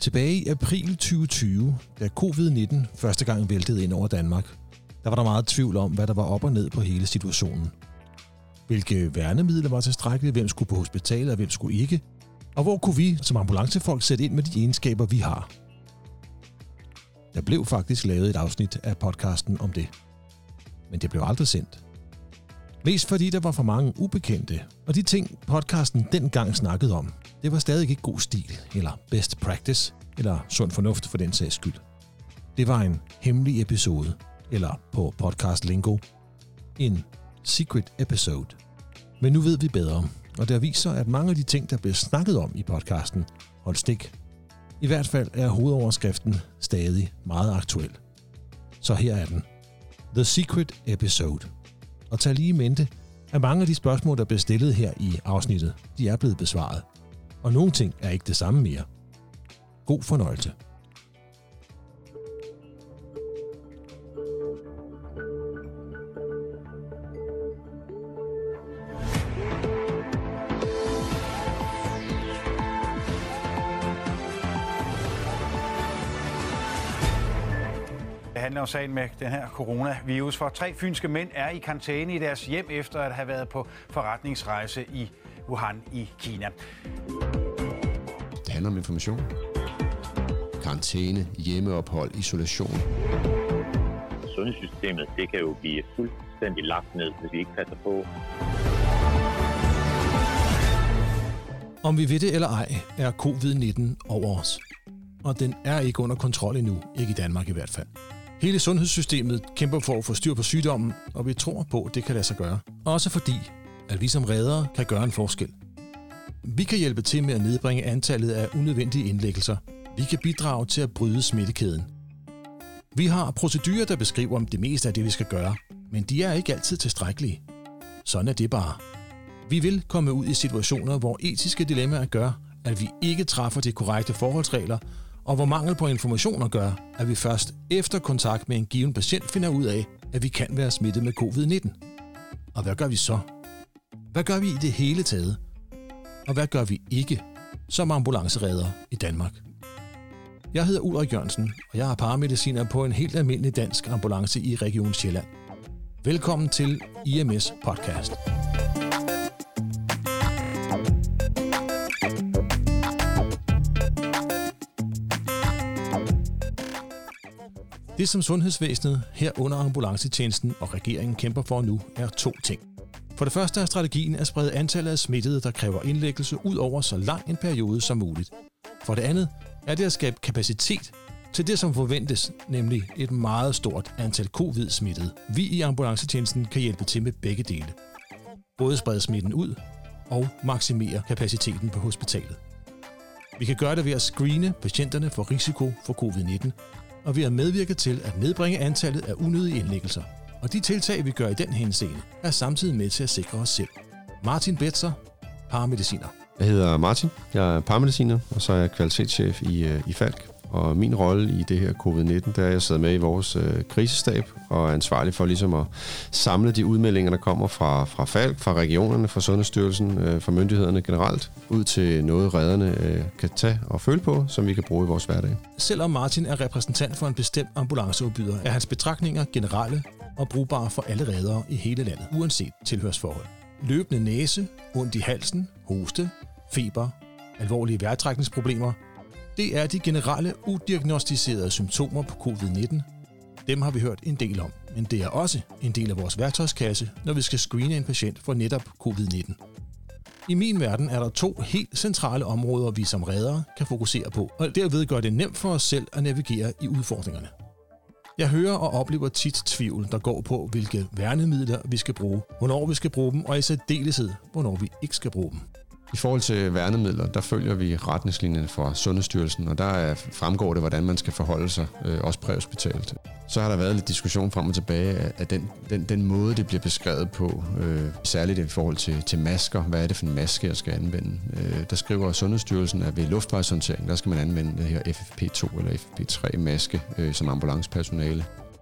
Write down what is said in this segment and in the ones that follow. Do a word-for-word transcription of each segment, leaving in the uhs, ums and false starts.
Tilbage i april tyve tyve, da covid nitten første gang væltede ind over Danmark, der var der meget tvivl om, hvad der var op og ned på hele situationen. Hvilke værnemidler var tilstrækkelige, hvem skulle på hospitalet og hvem skulle ikke, og hvor kunne vi som ambulancefolk sætte ind med de egenskaber, vi har. Der blev faktisk lavet et afsnit af podcasten om det, men det blev aldrig sendt. Mest fordi der var for mange ubekendte, og de ting podcasten dengang snakkede om, det var stadig ikke god stil, eller best practice, eller sund fornuft for den sags skyld. Det var en hemmelig episode, eller på podcast lingo, en secret episode. Men nu ved vi bedre, og der viser, at mange af de ting, der blev snakket om i podcasten, holdt stik. I hvert fald er hovedoverskriften stadig meget aktuel. Så her er den. The Secret Episode. Og tag lige i mente, at mange af de spørgsmål, der blev stillet her i afsnittet, de er blevet besvaret. Og nogle ting er ikke det samme mere. God fornøjelse. Det handler om sagen med den her coronavirus, for tre fynske mænd er i karantæne i deres hjem efter at have været på forretningsrejse i Wuhan i Kina. Det handler om information. Karantæne, hjemmeophold, isolation. Sundhedssystemet, det kan jo blive fuldstændig lagt ned, hvis vi ikke passer på. Om vi ved det eller ej, er covid nitten over os. Og den er ikke under kontrol endnu, ikke i Danmark i hvert fald. Hele sundhedssystemet kæmper for at få styr på sygdommen, og vi tror på, at det kan lade sig gøre. Også fordi, at vi som reddere kan gøre en forskel. Vi kan hjælpe til med at nedbringe antallet af unødvendige indlæggelser. Vi kan bidrage til at bryde smittekæden. Vi har procedurer, der beskriver om det meste af det, vi skal gøre, men de er ikke altid tilstrækkelige. Sådan er det bare. Vi vil komme ud i situationer, hvor etiske dilemmaer gør, at vi ikke træffer de korrekte forholdsregler, og hvor mangel på informationer gør, at vi først efter kontakt med en given patient finder ud af, at vi kan være smittet med covid nitten. Og hvad gør vi så? Hvad gør vi i det hele taget? Og hvad gør vi ikke som ambulancereddere i Danmark? Jeg hedder Ulrik Jørgensen, og jeg er paramediciner på en helt almindelig dansk ambulance i Region Sjælland. Velkommen til I M S Podcast. Det, som sundhedsvæsenet, herunder ambulancetjenesten og regeringen kæmper for nu, er to ting. For det første er strategien at sprede antallet af smittede, der kræver indlæggelse, ud over så lang en periode som muligt. For det andet er det at skabe kapacitet til det, som forventes, nemlig et meget stort antal covid-smittede. Vi i ambulancetjenesten kan hjælpe til med begge dele. Både sprede smitten ud og maksimere kapaciteten på hospitalet. Vi kan gøre det ved at screene patienterne for risiko for covid nitten, og ved at medvirke til at nedbringe antallet af unødige indlæggelser. Og de tiltag, vi gør i den henseende, er samtidig med til at sikre os selv. Martin Betzer, paramediciner. Jeg hedder Martin, jeg er paramediciner, og så er jeg kvalitetschef i, i Falck. Og min rolle i det her covid nitten, der er jeg sidder med i vores øh, krisestab og er ansvarlig for ligesom at samle de udmeldinger, der kommer fra, fra Falck, fra regionerne, fra Sundhedsstyrelsen, øh, fra myndighederne generelt, ud til noget redderne øh, kan tage og føle på, som vi kan bruge i vores hverdag. Selvom Martin er repræsentant for en bestemt ambulanceudbyder, er hans betragtninger generelle og brugbare for alle reddere i hele landet, uanset tilhørsforhold. Løbende næse, ondt i halsen, hoste, feber, alvorlige vejrtrækningsproblemer. Det er de generelle udiagnostiserede symptomer på covid nitten. Dem har vi hørt en del om, men det er også en del af vores værktøjskasse, når vi skal screene en patient for netop covid nitten. I min verden er der to helt centrale områder, vi som reddere kan fokusere på, og derved gør det nemt for os selv at navigere i udfordringerne. Jeg hører og oplever tit tvivl, der går på, hvilke værnemidler vi skal bruge, hvornår vi skal bruge dem, og i særdeleshed, hvornår vi ikke skal bruge dem. I forhold til værnemidler, der følger vi retningslinjerne fra Sundhedsstyrelsen, og der er, fremgår det, hvordan man skal forholde sig, øh, også præhospitalt. Så har der været lidt diskussion frem og tilbage af den, den, den måde, det bliver beskrevet på, øh, særligt i forhold til, til masker. Hvad er det for en maske, jeg skal anvende? Øh, der skriver Sundhedsstyrelsen, at ved luftvejshåndtering, der skal man anvende det her F F P to eller F F P tre maske øh, som ambulancepersonale.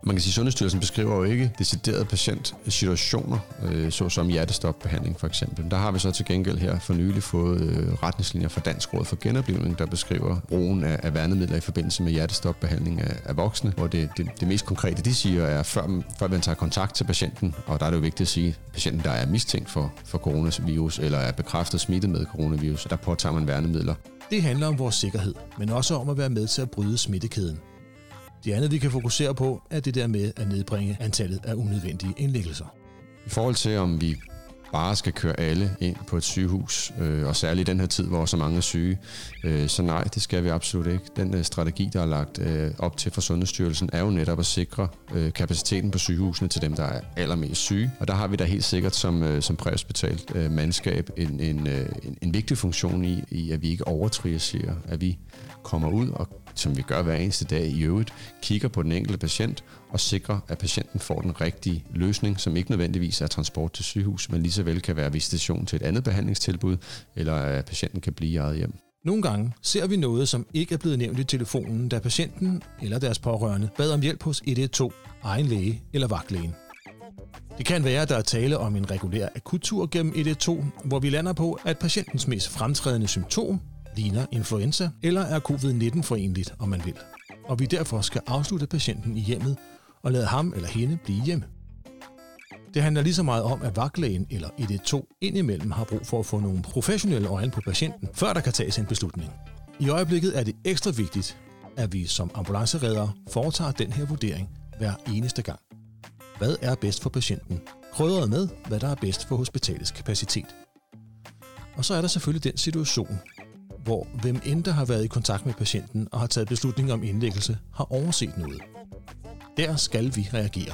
Man kan sige, at Sundhedsstyrelsen beskriver jo ikke deciderede patientsituationer, øh, såsom hjertestopbehandling for eksempel. Der har vi så til gengæld her for nylig fået øh, retningslinjer fra Dansk Råd for Genoplivning, der beskriver brugen af, af værnemidler i forbindelse med hjertestopbehandling af, af voksne, hvor det, det, det mest konkrete, de siger, er, før, før man tager kontakt til patienten, og der er det jo vigtigt at sige, at patienten, der er mistænkt for, for coronavirus eller er bekræftet smittet med coronavirus, der påtager man værnemidler. Det handler om vores sikkerhed, men også om at være med til at bryde smittekæden. Det andet, vi kan fokusere på, er det der med at nedbringe antallet af unødvendige indlæggelser. I forhold til, om vi bare skal køre alle ind på et sygehus, øh, og særligt i den her tid, hvor så mange er syge, øh, så nej, det skal vi absolut ikke. Den øh, strategi, der er lagt øh, op til fra Sundhedsstyrelsen, er jo netop at sikre øh, kapaciteten på sygehusene til dem, der er allermest syge. Og der har vi da helt sikkert som, øh, som præhospitalt øh, mandskab en, en, øh, en, en vigtig funktion i, i, at vi ikke overtriagerer, at vi kommer ud og, som vi gør hver eneste dag i øvrigt, kigger på den enkelte patient og sikrer, at patienten får den rigtige løsning, som ikke nødvendigvis er transport til sygehus, men lige så vel kan være visitation til et andet behandlingstilbud, eller at patienten kan blive i eget hjem. Nogle gange ser vi noget, som ikke er blevet nævnt i telefonen, da patienten eller deres pårørende bad om hjælp hos et et to, egen læge eller vagtlægen. Det kan være, at der er tale om en regulær akuttur gennem et et to, hvor vi lander på, at patientens mest fremtrædende symptom ligner influenza eller er covid nitten forenligt, om man vil, og vi derfor skal afslutte patienten i hjemmet og lade ham eller hende blive hjemme. Det handler lige så meget om, at vagtlægen eller et et to indimellem har brug for at få nogle professionelle øjne på patienten, før der kan tages en beslutning. I øjeblikket er det ekstra vigtigt, at vi som ambulancereddere foretager den her vurdering hver eneste gang. Hvad er bedst for patienten? Krydret med, hvad der er bedst for hospitalets kapacitet. Og så er der selvfølgelig den situation, hvor hvem end der har været i kontakt med patienten og har taget beslutning om indlæggelse, har overset noget. Der skal vi reagere.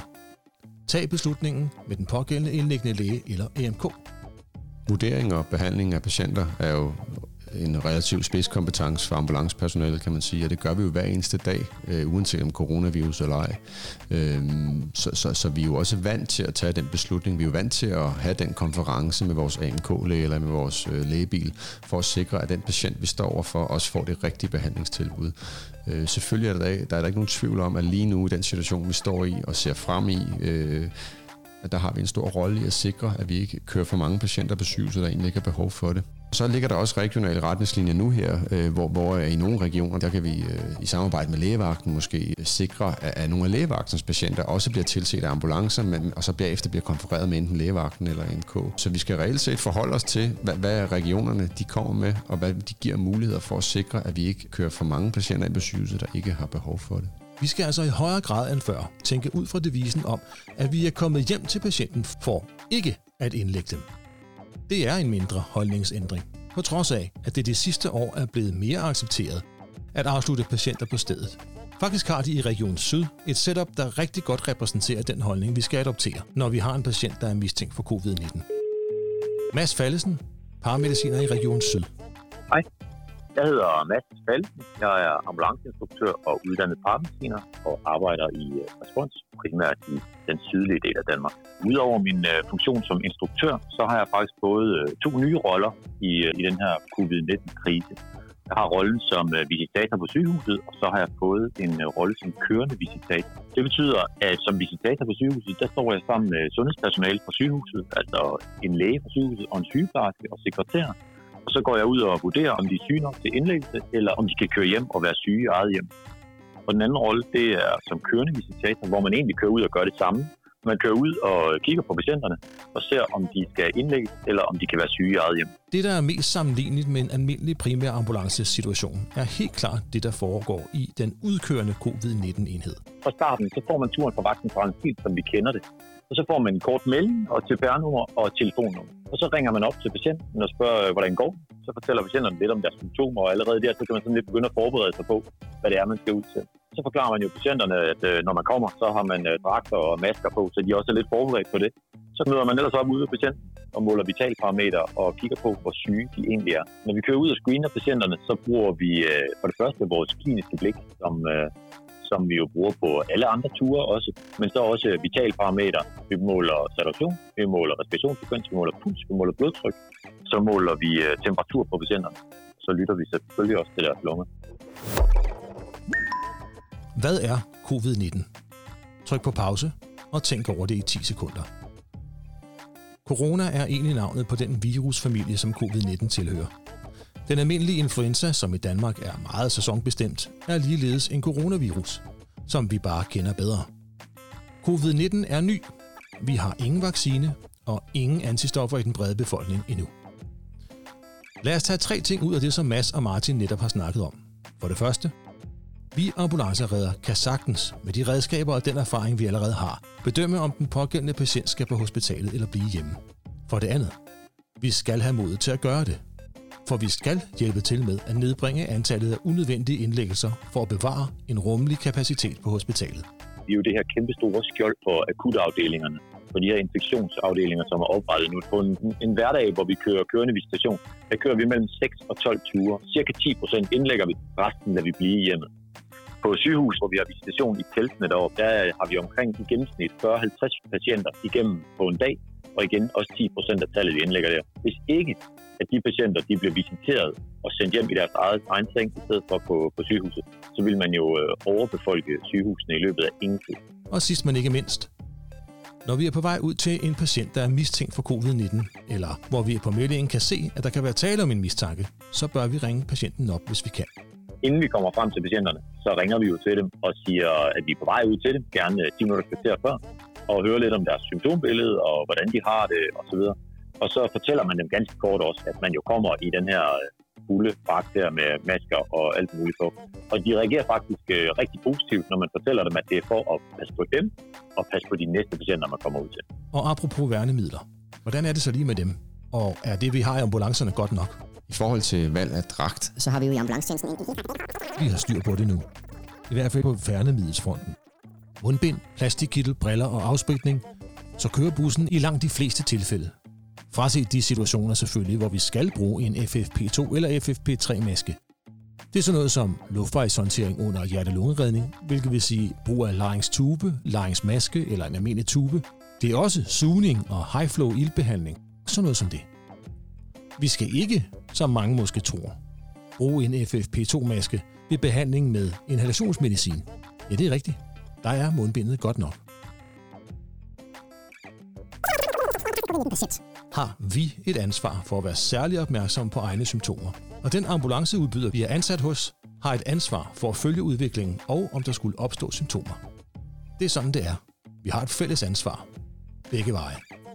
Tag beslutningen med den pågældende indlæggende læge eller A M K. Vurdering og behandling af patienter er jo en relativ spidskompetence for ambulancepersonalet, kan man sige, og det gør vi jo hver eneste dag, øh, uanset om coronavirus eller ej. Øh, så, så, så vi er jo også vant til at tage den beslutning. Vi er jo vant til at have den konference med vores A M K-læge eller med vores øh, lægebil, for at sikre, at den patient, vi står overfor, også får det rigtige behandlingstilbud. Øh, selvfølgelig er der, der er der ikke nogen tvivl om, at lige nu i den situation, vi står i og ser frem i, øh, at der har vi en stor rolle i at sikre, at vi ikke kører for mange patienter på sygehuset, der egentlig ikke har behov for det. Så ligger der også regionale retningslinjer nu her, øh, hvor, hvor i nogle regioner, der kan vi øh, i samarbejde med lægevagten måske sikre, at, at nogle af lægevagtens patienter også bliver tilset af ambulancer, men, og så bagefter bliver konfereret med enten lægevagten eller A M K. Så vi skal reelt set forholde os til, hvad, hvad regionerne de kommer med, og hvad de giver muligheder for at sikre, at vi ikke kører for mange patienter ind på sygehuset, der ikke har behov for det. Vi skal altså i højere grad end før tænke ud fra devisen om, at vi er kommet hjem til patienten for ikke at indlægge dem. Det er en mindre holdningsændring, på trods af, at det de sidste år er blevet mere accepteret at afslutte patienter på stedet. Faktisk har de i Region Syd et setup, der rigtig godt repræsenterer den holdning, vi skal adoptere, når vi har en patient, der er mistænkt for covid nitten. Mads Fallesen, paramediciner i Region Syd. Hej. Jeg hedder Mads Fallesen. Jeg er ambulanceinstruktør og uddannet paramediciner og arbejder i Respons, primært i den sydlige del af Danmark. Udover min uh, funktion som instruktør, så har jeg faktisk fået uh, to nye roller i, uh, i den her covid nitten-krise. Jeg har rollen som uh, visitator på sygehuset, og så har jeg fået en uh, rolle som kørende visitator. Det betyder, at som visitator på sygehuset, der står jeg sammen med sundhedspersonale fra sygehuset, altså en læge fra sygehuset og en sygeplejerske og sekretær. Og så går jeg ud og vurderer, om de er syge nok til indlæggelse, eller om de kan køre hjem og være syge i eget hjem. Og den anden rolle, det er som kørende visitator, hvor man egentlig kører ud og gør det samme. Man kører ud og kigger på patienterne og ser, om de skal indlægges, eller om de kan være syge i eget hjem. Det, der er mest sammenligneligt med en almindelig primær ambulancesituation, er helt klart det, der foregår i den udkørende covid nitten-enhed. Fra starten så får man turen fra vagten fra en helt, som vi kender det. Og så får man en kort melding og T P R-nummer og telefonnummer. Og så ringer man op til patienten og spørger, hvordan det går. Så fortæller patienterne lidt om deres symptomer, og allerede der, så kan man sådan lidt begynde at forberede sig på, hvad det er, man skal ud til. Så forklarer man jo patienterne, at når man kommer, så har man dragter og masker på, så de også er lidt forberedt på det. Så møder man ellers op ude ved patienten og måler vitalparametre og kigger på, hvor syge de egentlig er. Når vi kører ud og screener patienterne, så bruger vi for det første vores kliniske blik, som som vi jo bruger på alle andre ture også, men så også vitalparametre. Vi måler saturation, vi måler respirationsfrekvens, vi måler puls, vi måler blodtryk, så måler vi temperatur på patienterne. Så lytter vi selvfølgelig også til deres lunger. Hvad er covid nitten? Tryk på pause og tænk over det i ti sekunder. Corona er egentlig navnet på den virusfamilie, som covid nitten tilhører. Den almindelige influenza, som i Danmark er meget sæsonbestemt, er ligeledes en coronavirus, som vi bare kender bedre. covid nitten er ny. Vi har ingen vaccine og ingen antistoffer i den brede befolkning endnu. Lad os tage tre ting ud af det, som Mads og Martin netop har snakket om. For det første, vi ambulanceredder kan sagtens, med de redskaber og den erfaring, vi allerede har, bedømme, om den pågældende patient skal på hospitalet eller blive hjemme. For det andet, vi skal have modet til at gøre det. For vi skal hjælpe til med at nedbringe antallet af unødvendige indlæggelser for at bevare en rummelig kapacitet på hospitalet. Vi er jo det her kæmpe store skjold for akutafdelingerne, for de her infektionsafdelinger, som er oprettet nu. På en, en hverdag, hvor vi kører kørende visitation, der kører vi mellem seks og tolv ture. Cirka ti procent indlægger vi, resten lader vi blive hjemme. På sygehus, hvor vi har visitation i teltene deroppe, der har vi omkring i gennemsnit fyrre til halvtreds patienter igennem på en dag, og igen også ti procent af tallet, vi indlægger der. Hvis ikke at de patienter de bliver visiteret og sendt hjem i deres eget egen seng i stedet for på, på sygehuset, så vil man jo øh, overbefolke sygehusene i løbet af ingen tid. Og sidst men ikke mindst, når vi er på vej ud til en patient, der er mistænkt for covid nitten, eller hvor vi på meldingen kan se, at der kan være tale om en mistanke, så bør vi ringe patienten op, hvis vi kan. Inden vi kommer frem til patienterne, så ringer vi jo til dem og siger, at vi er på vej ud til dem, gerne ti minutter kvarter før, og hører lidt om deres symptombillede og hvordan de har det osv. Og så fortæller man dem ganske kort også, at man jo kommer i den her fulde dragt her med masker og alt muligt på. Og de reagerer faktisk rigtig positivt, når man fortæller dem, at det er for at passe på dem og passe på de næste patienter, man kommer ud til. Og apropos værnemidler, hvordan er det så lige med dem? Og er det, vi har i ambulancerne, godt nok? I forhold til valg af dragt, så har vi jo i ambulancetjenesten en. Vi har styr på det nu. I hvert fald på værnemiddelsfronten. Mundbind, plastikkittel, briller og afspritning, så kører bussen i langt de fleste tilfælde. Fraset de situationer selvfølgelig, hvor vi skal bruge en F F P to eller F F P tre maske. Det er sådan noget som luftvejshåndtering under hjerte-lungeredning, hvilket vil sige brug af lejringstube, lejringsmaske eller en almindelig tube. Det er også sugning og high-flow iltbehandling, sådan noget som det. Vi skal ikke, som mange måske tror, bruge en F F P to maske ved behandling med inhalationsmedicin. Ja, det er rigtigt. Der er mundbindet godt nok. Har vi et ansvar for at være særlig opmærksomme på egne symptomer. Og den ambulanceudbyder, vi er ansat hos, har et ansvar for at følge udviklingen og om der skulle opstå symptomer. Det er sådan, det er. Vi har et fælles ansvar. Begge veje.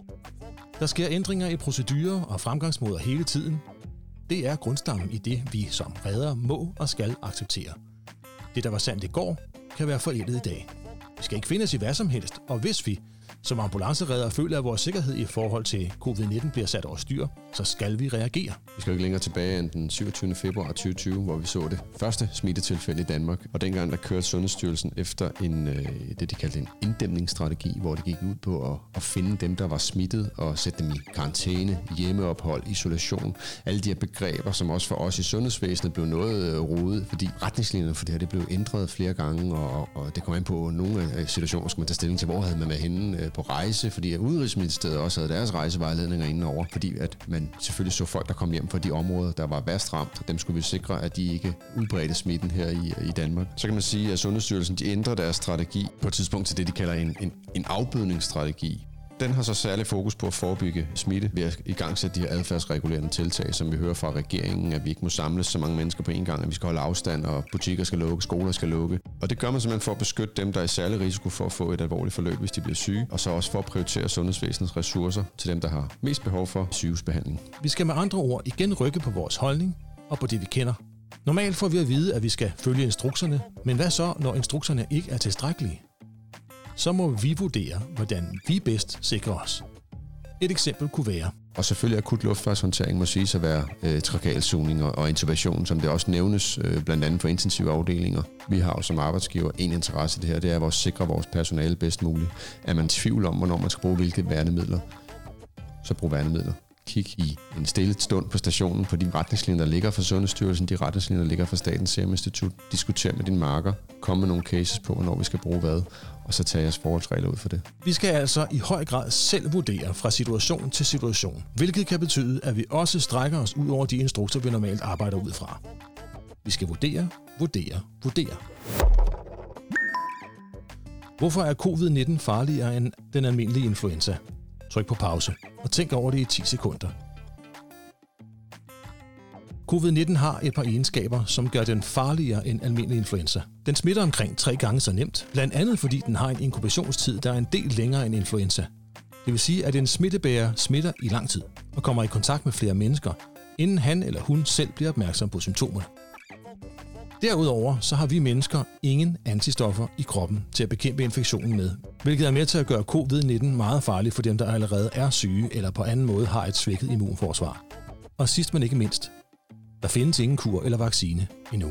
Der sker ændringer i procedurer og fremgangsmåder hele tiden. Det er grundstammen i det, vi som reddere må og skal acceptere. Det, der var sandt i går, kan være forældet i dag. Vi skal ikke finde os i hvad som helst, og hvis vi som ambulancereddere føler, at vores sikkerhed i forhold til covid nitten bliver sat over styr, så skal vi reagere. Vi skal jo ikke længere tilbage end den syvogtyvende februar tyve tyve, hvor vi så det første smittetilfælde i Danmark. Og dengang der kørte Sundhedsstyrelsen efter en, øh, det, de kaldte en inddæmningsstrategi, hvor det gik ud på at, at finde dem, der var smittet, og sætte dem i karantæne, hjemmeophold, isolation. Alle de her begreber, som også for os i sundhedsvæsenet blev noget rodet, fordi retningslinjerne for det her det blev ændret flere gange, og, og det kom an på nogle af situationer, skulle man tage stilling til, hvor havde man været henne på rejse, fordi at Udenrigsministeriet også havde deres rejsevejledninger indenover, fordi at man selvfølgelig så folk, der kom hjem fra de områder, der var værst ramt, og dem skulle vi sikre, at de ikke udbredte smitten her i, i Danmark. Så kan man sige, at Sundhedsstyrelsen de ændrer deres strategi på et tidspunkt til det, de kalder en, en, en afbødningsstrategi. Den har så særlig fokus på at forebygge smitte ved at igangsætte de her adfærdsregulerende tiltag, som vi hører fra regeringen, at vi ikke må samles så mange mennesker på en gang, at vi skal holde afstand, og butikker skal lukke, skoler skal lukke. Og det gør man simpelthen for at beskytte dem, der er i særlig risiko for at få et alvorligt forløb, hvis de bliver syge, og så også for at prioritere sundhedsvæsenets ressourcer til dem, der har mest behov for sygehusbehandling. Vi skal med andre ord igen rykke på vores holdning og på det, vi kender. Normalt får vi at vide, at vi skal følge instrukserne, men hvad så, når instrukserne ikke er tilstrækkelige? Så må vi vurdere, hvordan vi bedst sikrer os. Et eksempel kunne være. Og selvfølgelig akut luftvejshåndtering må siges at være øh, trakalsugning og, og intubation, som det også nævnes øh, blandt andet for intensive afdelinger. Vi har jo som arbejdsgiver en interesse i det her, det er at sikre vores personale bedst muligt. Er man i tvivl om, hvornår man skal bruge hvilke værnemidler, så brug værnemidler. Kig i en stille stund på stationen på de retningslinjer, der ligger fra Sundhedsstyrelsen, de retningslinjer, der ligger fra Statens Serum Institut. Diskuter med dine marker, kom med nogle cases på, hvornår vi skal bruge hvad, og så tage jeres forholdsregler ud for det. Vi skal altså i høj grad selv vurdere fra situation til situation, hvilket kan betyde, at vi også strækker os ud over de instrukser, vi normalt arbejder ud fra. Vi skal vurdere, vurdere, vurdere. Hvorfor er covid nitten farligere end den almindelige influenza? Tryk på pause og tænk over det i ti sekunder. covid nitten har et par egenskaber, som gør den farligere end almindelig influenza. Den smitter omkring tre gange så nemt, blandt andet fordi den har en inkubationstid, der er en del længere end influenza. Det vil sige, at en smittebærer smitter i lang tid og kommer i kontakt med flere mennesker, inden han eller hun selv bliver opmærksom på symptomerne. Derudover så har vi mennesker ingen antistoffer i kroppen til at bekæmpe infektionen med, hvilket er med til at gøre covid nitten meget farlig for dem, der allerede er syge eller på anden måde har et svækket immunforsvar. Og sidst men ikke mindst, der findes ingen kur eller vaccine endnu.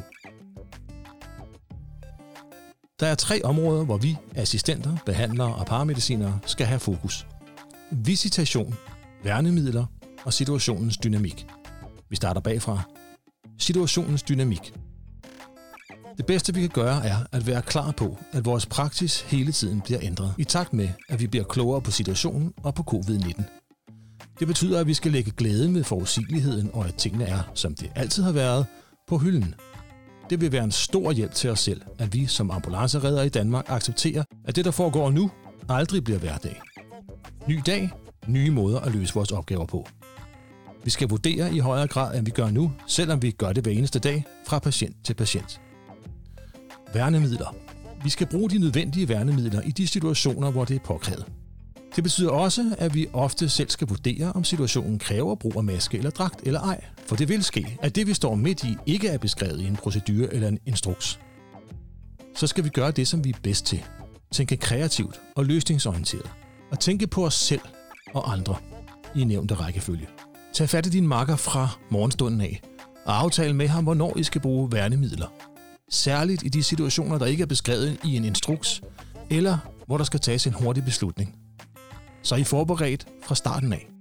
Der er tre områder, hvor vi, assistenter, behandlere og paramedicinere, skal have fokus. Visitation, værnemidler og situationens dynamik. Vi starter bagfra. Situationens dynamik. Det bedste, vi kan gøre, er at være klar på, at vores praksis hele tiden bliver ændret, i takt med, at vi bliver klogere på situationen og på covid nitten. Det betyder, at vi skal lægge glæden ved forudsigeligheden, og at tingene er, som det altid har været, på hylden. Det vil være en stor hjælp til os selv, at vi som ambulancereddere i Danmark accepterer, at det, der foregår nu, aldrig bliver hverdag. Ny dag, nye måder at løse vores opgaver på. Vi skal vurdere i højere grad, end vi gør nu, selvom vi gør det hver eneste dag, fra patient til patient. Værnemidler. Vi skal bruge de nødvendige værnemidler i de situationer, hvor det er påkrævet. Det betyder også, at vi ofte selv skal vurdere, om situationen kræver brug af maske eller dragt eller ej. For det vil ske, at det vi står midt i ikke er beskrevet i en procedure eller en instruks. Så skal vi gøre det, som vi er bedst til. Tænke kreativt og løsningsorienteret. Og tænke på os selv og andre i nævnte rækkefølge. Tag fat i din makker fra morgenstunden af og aftale med ham, hvornår I skal bruge værnemidler. Særligt i de situationer, der ikke er beskrevet i en instruks, eller hvor der skal tages en hurtig beslutning. Så er I forberedt fra starten af.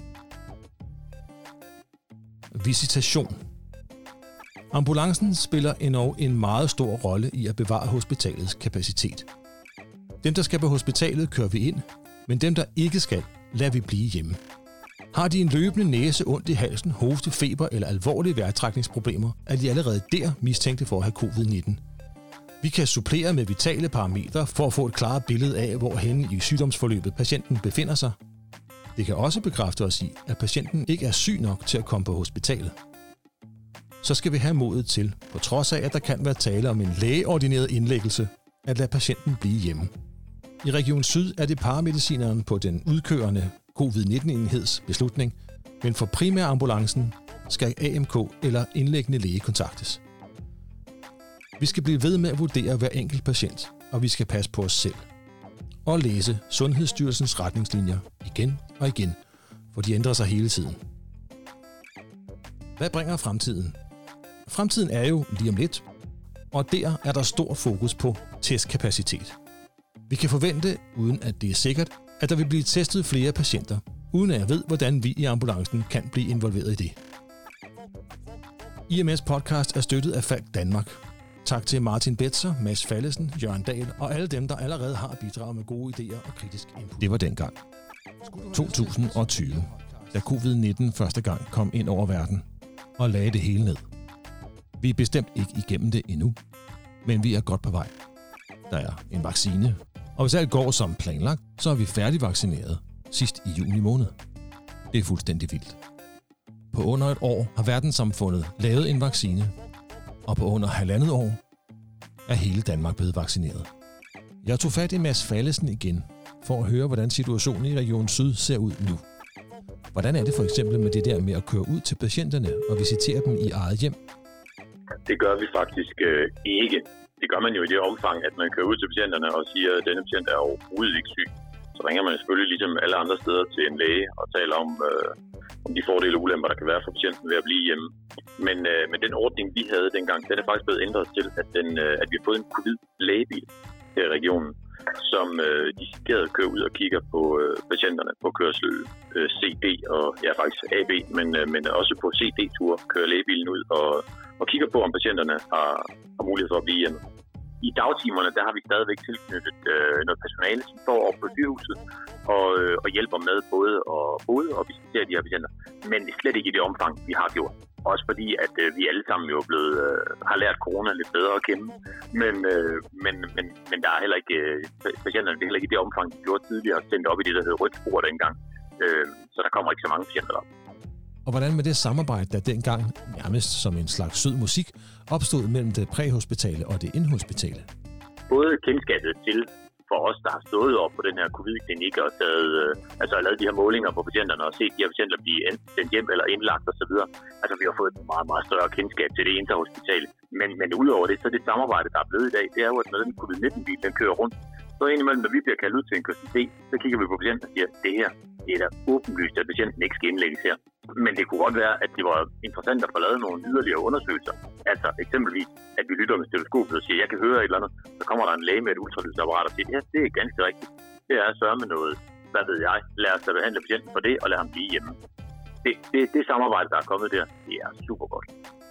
Visitation. Ambulancen spiller endnu en meget stor rolle i at bevare hospitalets kapacitet. Dem, der skal på hospitalet, kører vi ind, men dem, der ikke skal, lader vi blive hjemme. Har de en løbende næse, ondt i halsen, hoste, feber eller alvorlige vejrtrækningsproblemer, er de allerede der mistænkte for at have covid nitten. Vi kan supplere med vitale parametre for at få et klart billede af, hvor henne i sygdomsforløbet patienten befinder sig. Det kan også bekræfte os i, at patienten ikke er syg nok til at komme på hospitalet. Så skal vi have modet til, på trods af, at der kan være tale om en lægeordineret indlæggelse, at lade patienten blive hjemme. I Region Syd er det paramedicineren på den udkørende covid nitten enheds beslutning, men for primærambulancen skal A M K eller indlæggende læge kontaktes. Vi skal blive ved med at vurdere hver enkelt patient, og vi skal passe på os selv. Og læse Sundhedsstyrelsens retningslinjer igen og igen, for de ændrer sig hele tiden. Hvad bringer fremtiden? Fremtiden er jo lige om lidt, og der er der stor fokus på testkapacitet. Vi kan forvente, uden at det er sikkert, at der vil blive testet flere patienter, uden at jeg ved, hvordan vi i ambulancen kan blive involveret i det. I M S podcast er støttet af Falck Danmark. Tak til Martin Betzer, Mads Fallesen, Jørgen Dahl og alle dem, der allerede har bidraget med gode idéer og kritisk input. Det var dengang. to tusind og tyve, da covid nitten første gang kom ind over verden og lagde det hele ned. Vi er bestemt ikke igennem det endnu, men vi er godt på vej. Der er en vaccine, og hvis alt går som planlagt, så er vi færdigvaccineret sidst i juni måned. Det er fuldstændig vildt. På under et år har verdenssamfundet lavet en vaccine, og på under halvandet år er hele Danmark blevet vaccineret. Jeg tog fat i Mads Fallesen igen, for at høre, hvordan situationen i Region Syd ser ud nu. Hvordan er det for eksempel med det der med at køre ud til patienterne og visitere dem i eget hjem? Det gør vi faktisk øh, ikke. Det gør man jo i det omfang, at man kører ud til patienterne og siger, at denne patient er overhovedet ikke syg. Så ringer man selvfølgelig ligesom alle andre steder til en læge og taler om, øh, om de fordele og ulemper, der kan være for patienten ved at blive hjemme. Men, øh, men den ordning, vi havde dengang, den er faktisk blevet ændret til, at, den, øh, at vi har fået en covid-lægebil i regionen, som øh, decideret kører ud og kigger på øh, patienterne på kørsel øh, C D og ja, faktisk A B, men, øh, men også på C D-tur kører lægebilen ud og, og kigger på, om patienterne har, har mulighed for at blive hjemme. I dagtimerne, der har vi stadigvæk tilknyttet øh, noget personale, som står op på sygehuset og, øh, og hjælper med både at både at visitere de her patienter, men slet ikke i det omfang, vi har gjort. Også fordi, at øh, vi alle sammen jo er blevet, øh, har lært corona lidt bedre at kende. Men, øh, men, men, men der er heller ikke, øh, patienterne det er heller ikke i det omfang, de gjorde tidligere, sendt op i det, der hed rødt spor dengang. Øh, så der kommer ikke så mange patienter op. Og hvordan med det samarbejde, der dengang nærmest som en slags sød musik, opstod mellem det præhospitale og det inhospitale? Både kendskabet til for os, der har stået op på den her covid-klinik og taget, øh, altså har lavet de her målinger på patienterne og set de her patienter blive enten sendt hjem eller indlagt osv. Altså vi har fået et meget, meget større kendskab til det interhospitale. Men, men udover det, så det samarbejde, der er blevet i dag, det er jo, at når den covid nitten-bil, den kører rundt, så indimellem, når vi bliver kaldt ud til en kørsel D, så kigger vi på patienten og siger, det her, det er da åbenlyst, at patienten ikke skal indlægges her. Men det kunne godt være, at det var interessant at få lavet nogle yderligere undersøgelser. Altså eksempelvis, at vi lytter med stetoskopet og siger, jeg kan høre et eller andet. Så kommer der en læge med et ultralydsapparat og siger, ja, det er ganske rigtigt. Det er at sørge med noget, hvad ved jeg. Lad os da behandle patienten for det, og lad ham blive hjemme. Det, det, det samarbejde, der er kommet der, det er super godt.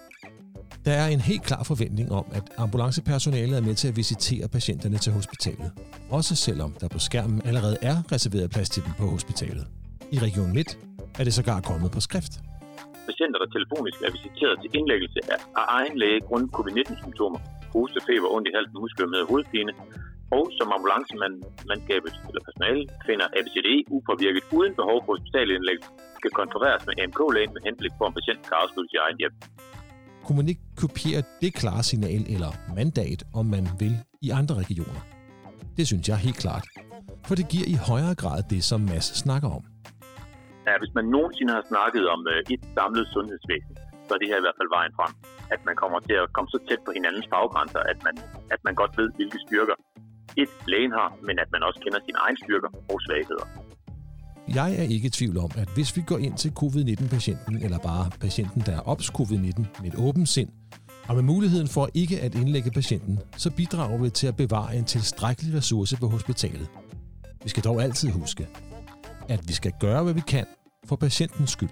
Der er en helt klar forventning om, at ambulancepersonalet er med til at visitere patienterne til hospitalet. Også selvom der på skærmen allerede er reserveret plads til dem på hospitalet. I Region Midt er det sågar kommet på skrift. Patienter, der telefonisk er visiteret til indlæggelse af egen læge grundet covid nitten-symptomer, hoste, feber, ondt i halsen, muskelømhed og hovedpine, og som ambulancemandskabet eller personale finder A B C D E upåvirket uden behov for hospitalindlæggelse, skal kontrolleres med A M K-lægen med henblik på, om patienten kan afsluttes i egen hjem. Kommunik kopierer det klare signal eller mandat, om man vil, i andre regioner. Det synes jeg helt klart, for det giver i højere grad det, som Mads snakker om. Ja, hvis man nogensinde har snakket om et samlet sundhedsvæsen, så er det her i hvert fald vejen frem. At man kommer til at komme så tæt på hinandens faggrænser, at man, at man godt ved, hvilke styrker et lægen har, men at man også kender sine egne styrker og svagheder. Jeg er ikke i tvivl om, at hvis vi går ind til covid nitten-patienten, eller bare patienten, der er ops covid nitten, med et åbent sind, og med muligheden for ikke at indlægge patienten, så bidrager vi til at bevare en tilstrækkelig ressource på hospitalet. Vi skal dog altid huske, at vi skal gøre, hvad vi kan for patientens skyld.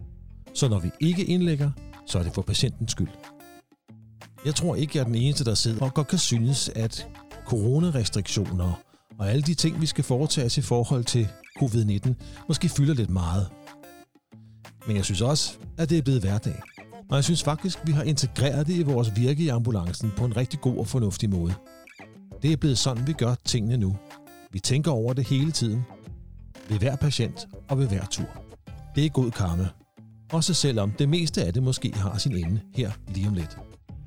Så når vi ikke indlægger, så er det for patientens skyld. Jeg tror ikke, jeg er den eneste, der sidder og godt kan synes, at coronarestriktioner og alle de ting, vi skal foretage os i forhold til covid nitten, måske fylder lidt meget. Men jeg synes også, at det er blevet hverdag. Og jeg synes faktisk, vi har integreret det i vores virke i ambulancen på en rigtig god og fornuftig måde. Det er blevet sådan, vi gør tingene nu. Vi tænker over det hele tiden. Ved hver patient og ved hver tur. Det er god karma. Også selvom det meste af det måske har sin ende her lige om lidt.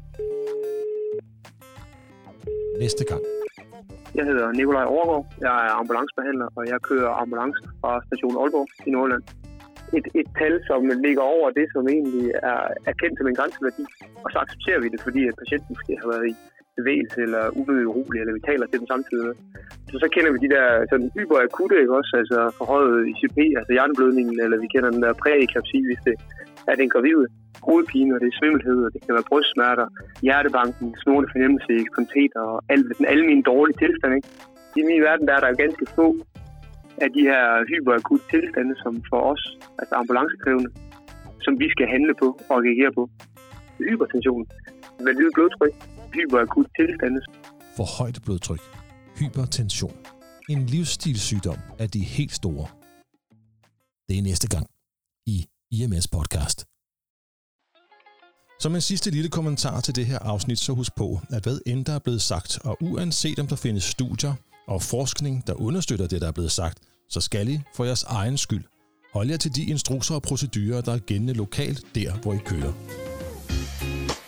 Næste gang. Jeg hedder Nikolaj Overgaard. Jeg er ambulancebehandler, og jeg kører ambulance fra station Aalborg i Nordjylland. Et, et tal, som ligger over det, som egentlig er, er kendt som en grænseværdi. Og så accepterer vi det, fordi at patienten måske har været i bevægelse eller unødig urolig, eller vi taler til dem samtidig med. Så, så kender vi de der sådan hyperakutte, ikke også? Altså forhøjet I C P, altså hjerneblødningen, eller vi kender den der præeklapsi, hvis det er den gravide. Hovedpine, og det er svimmelhed, og det kan være brystsmerter, hjertebanken, snurrende fornemmelse, eksponteter og alt den almindelige dårlige tilstand. Ikke? I min verden der er der jo ganske få af de her hyperakutte tilstande, som for os, altså ambulancekrævende, som vi skal handle på og reagere på. Hypertension, valid blodtryk, hyperakutte tilstande. For højt blodtryk, hypertension, en livsstilssygdom er de helt store. Det er næste gang i I M S Podcast. Som en sidste lille kommentar til det her afsnit, så husk på, at hvad end der er blevet sagt, og uanset om der findes studier og forskning, der understøtter det, der er blevet sagt, så skal I for jeres egen skyld holde jer til de instrukser og procedurer, der er gældende lokalt der, hvor I kører.